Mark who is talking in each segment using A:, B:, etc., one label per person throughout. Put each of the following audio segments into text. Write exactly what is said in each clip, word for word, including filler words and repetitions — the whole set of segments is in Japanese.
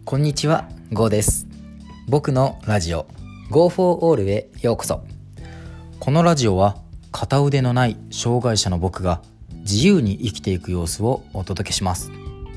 A: こんにちは、ゴーです。僕のラジオ Go for All へようこそ。このラジオは片腕のない障害者の僕が自由に生きていく様子をお届けします。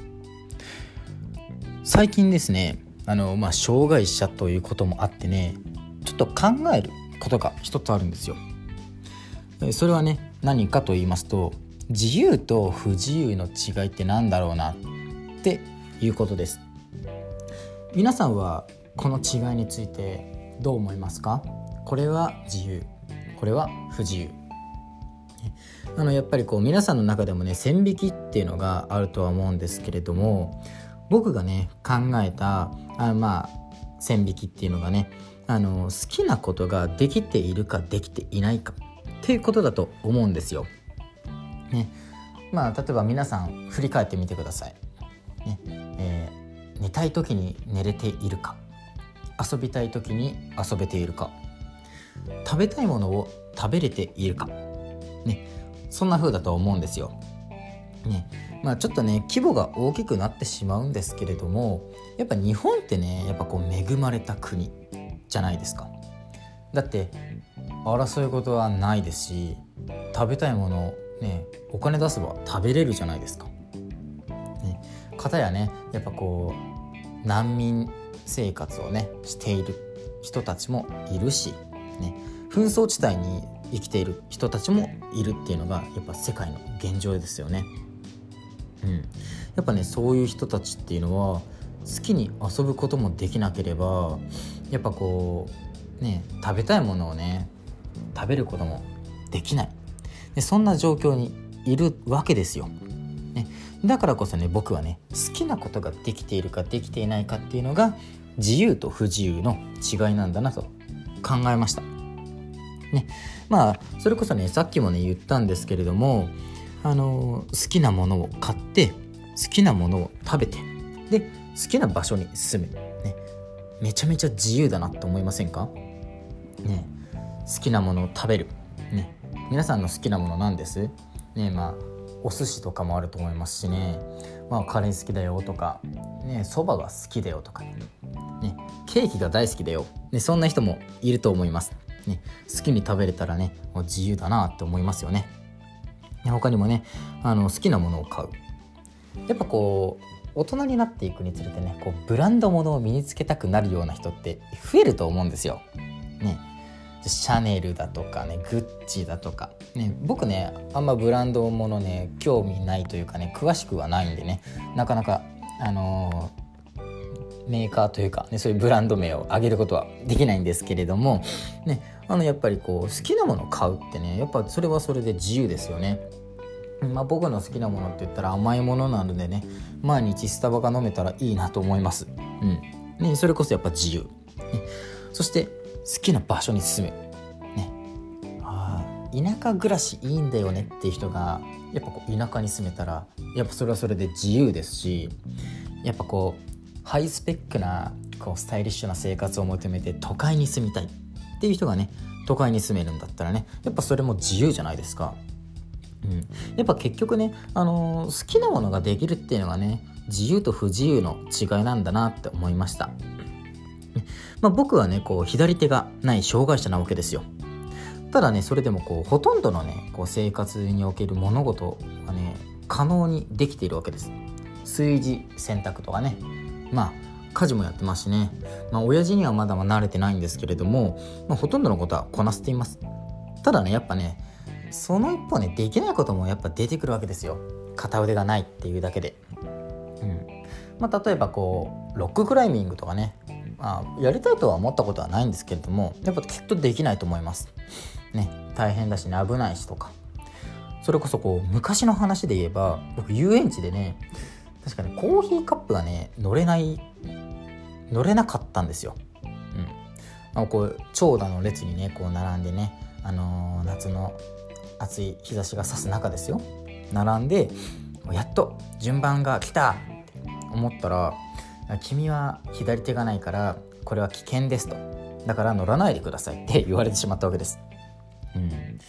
A: 最近ですね、あのまあ障害者ということもあってね、ちょっと考えることが一つあるんですよ。それはね、何かと言いますと、自由と不自由の違いって何だろうなっていうことです。皆さんはこの違いについてどう思いますか？これは自由、これは不自由。あのやっぱりこう皆さんの中でもね、線引きっていうのがあるとは思うんですけれども、僕がね考えたあまあ線引きっていうのがね、あの好きなことができているかできていないかっていうことだと思うんですよ。ね、まあ例えば皆さん振り返ってみてください。ね、えー寝たい時に寝れているか、遊びたい時に遊べているか、食べたいものを食べれているか、ね、そんな風だと思うんですよ。ね、まあちょっとね規模が大きくなってしまうんですけれども、やっぱ日本ってねやっぱこう恵まれた国じゃないですか。だって争い事はないですし、食べたいものをねお金出せば食べれるじゃないですか。ね、片やねやっぱこう難民生活をねしている人たちもいるし、ね、紛争地帯に生きている人たちもいるっていうのがやっぱ世界の現状ですよね。うん、やっぱねそういう人たちっていうのは好きに遊ぶこともできなければ、やっぱこうね食べたいものをね食べることもできないで、そんな状況にいるわけですよ。ね、だからこそね僕はね好きなことができているかできていないかっていうのが自由と不自由の違いなんだなと考えました。ね、まあそれこそねさっきもね言ったんですけれども、あの好きなものを買って好きなものを食べてで好きな場所に住む、ね、めちゃめちゃ自由だなと思いませんか？ね、好きなものを食べる、ね、皆さんの好きなものなんです？ね、まあお寿司とかもあると思いますしね、まあ、カレー好きだよとか、ね、そばが好きだよとか、ね、ケーキが大好きだよ、ね、そんな人もいると思います、ね、好きに食べれたらねもう自由だなって思いますよね。で他にもねあの好きなものを買う、やっぱこう大人になっていくにつれてねこうブランド物を身につけたくなるような人って増えると思うんですよ。ね、シャネルだとかねグッチだとかね、僕ねあんまブランドものね興味ないというかね詳しくはないんでね、なかなかあのー、メーカーというか、ね、そういうブランド名を挙げることはできないんですけれどもね、あのやっぱりこう好きなものを買うってねやっぱそれはそれで自由ですよね。まあ、僕の好きなものって言ったら甘いものなのでね、毎日スタバが飲めたらいいなと思います。うんね、それこそやっぱ自由、ね、そして好きな場所に住む、ね、あ田舎暮らしいいんだよねっていう人がやっぱこう田舎に住めたらやっぱそれはそれで自由ですし、やっぱこうハイスペックなこうスタイリッシュな生活を求めて都会に住みたいっていう人がね都会に住めるんだったらねやっぱそれも自由じゃないですか。うん、やっぱ結局ね、あのー、好きなものができるっていうのがね自由と不自由の違いなんだなって思いました。まあ、僕はねこう左手がない障害者なわけですよ。ただねそれでもこうほとんどのねこう生活における物事がね可能にできているわけです。炊事洗濯とかね、まあ家事もやってますしね、まあ親父にはまだまだ慣れてないんですけれども、まあ、ほとんどのことはこなせています。ただねやっぱねその一方ねできないこともやっぱ出てくるわけですよ。片腕がないっていうだけで、うんまあ、例えばこうロッククライミングとかね、まあ、やりたいとは思ったことはないんですけれどもやっぱきっとできないと思いますね。大変だしね危ないしとか、それこそこう昔の話で言えば僕遊園地でね確かにコーヒーカップがね乗れない乗れなかったんですよ。うん、あこう長蛇の列にねこう並んでね、あのー、夏の暑い日差しが差す中ですよ並んでやっと順番が来たって思ったら、君は左手がないからこれは危険ですと、だから乗らないでくださいって言われてしまったわけです。うん、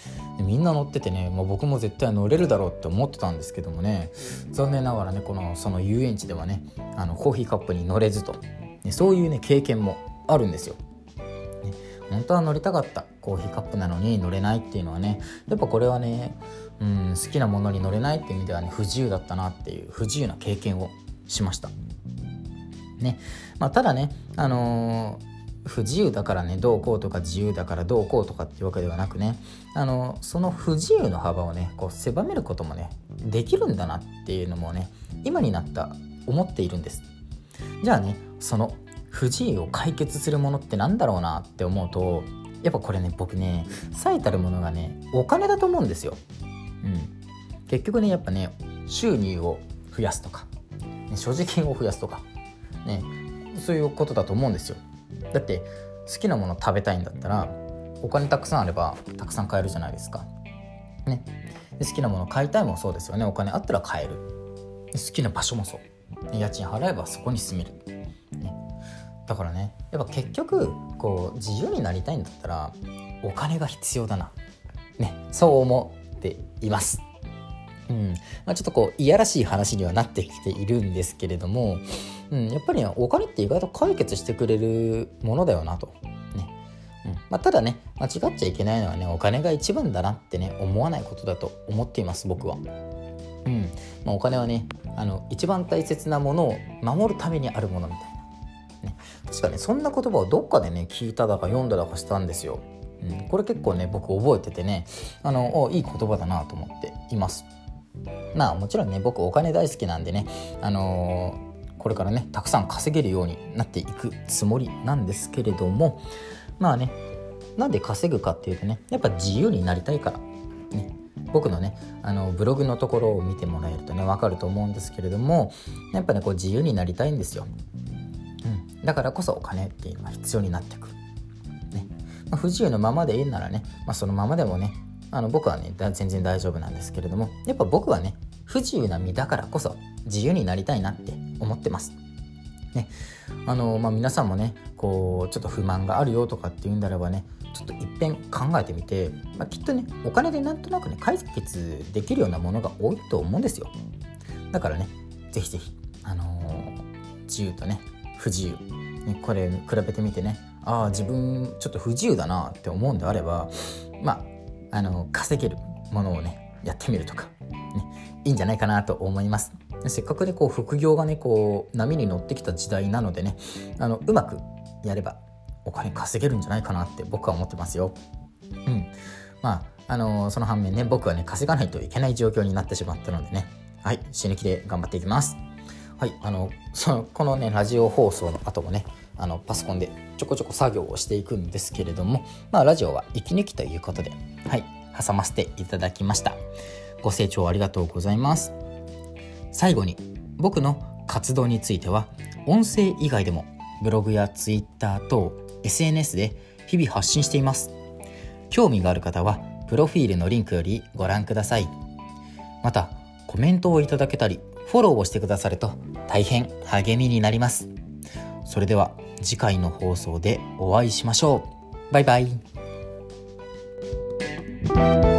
A: みんな乗っててね、まあ、僕も絶対乗れるだろうって思ってたんですけどもね、残念ながらねこのその遊園地ではねあのコーヒーカップに乗れずと、ね、そういうね経験もあるんですよ、ね、本当は乗りたかったコーヒーカップなのに乗れないっていうのはね、やっぱこれはね、うん、好きなものに乗れないっていう意味ではね不自由だったなっていう不自由な経験をしましたね。まあ、ただね、あのー不自由だからねどうこうとか自由だからどうこうとかっていうわけではなくね、あのその不自由の幅をねこう狭めることもねできるんだなっていうのもね今になった思っているんです。じゃあねその不自由を解決するものってなんだろうなって思うと、やっぱこれね僕ね最たるものがねお金だと思うんですよ、うん、結局ねやっぱね収入を増やすとか、ね、所持金を増やすとかね、そういうことだと思うんですよ。だって好きなもの食べたいんだったらお金たくさんあればたくさん買えるじゃないですか、ね、で好きなもの買いたいもそうですよね。お金あったら買える。で好きな場所もそう、家賃払えばそこに住める、ね、だからねやっぱ結局こう自由になりたいんだったらお金が必要だな、ね、そう思っています。うんまあ、ちょっとこういやらしい話にはなってきているんですけれども、うん、やっぱり、ね、お金って意外と解決してくれるものだよなと、ねうんまあ、ただね間違っちゃいけないのはねお金が一番だなってね思わないことだと思っています僕は、うんまあ、お金はねあの一番大切なものを守るためにあるものみたいな、ね、確かねそんな言葉をどっかでね聞いただか読んだだかしたんですよ、うん、これ結構ね僕覚えててねあのいい言葉だなと思っています。まあもちろんね僕お金大好きなんでね、あのー、これからねたくさん稼げるようになっていくつもりなんですけれども、まあねなんで稼ぐかっていうとねやっぱ自由になりたいから、ね、僕のねあのブログのところを見てもらえるとね分かると思うんですけれども、やっぱねこう自由になりたいんですよ、うん、だからこそお金っていうのが必要になってくる、ねまあ、不自由のままでいいならね、まあ、そのままでもねあの僕はね全然大丈夫なんですけれども、やっぱ僕はね不自由な身だからこそ自由になりたいなって思ってますね。あのまあ皆さんもねこうちょっと不満があるよとかっていうんであればねちょっと一遍考えてみて、まあ、きっとねお金でなんとなくね解決できるようなものが多いと思うんですよ。だからねぜひぜひあのー、自由とね不自由、ね、これ比べてみてねああ自分ちょっと不自由だなって思うんであればまああの稼げるものをねやってみるとか、ね、いいんじゃないかなと思います。せっかくねこう副業がねこう波に乗ってきた時代なのでねあのうまくやればお金稼げるんじゃないかなって僕は思ってますよ。うんまああのその反面ね僕はね稼がないといけない状況になってしまったのでねはい死ぬ気で頑張っていきます。はいあのそのこのねラジオ放送の後もねあのパソコンでちょこちょこ作業をしていくんですけれども、まあラジオは息抜きということではい挟ませていただきました。ご清聴ありがとうございます。最後に僕の活動については音声以外でもブログやツイッター等 エスエヌエス で日々発信しています。興味がある方はプロフィールのリンクよりご覧ください。またコメントをいただけたりフォローをしてくださると大変励みになります。それでは次回の放送でお会いしましょう。バイバイ。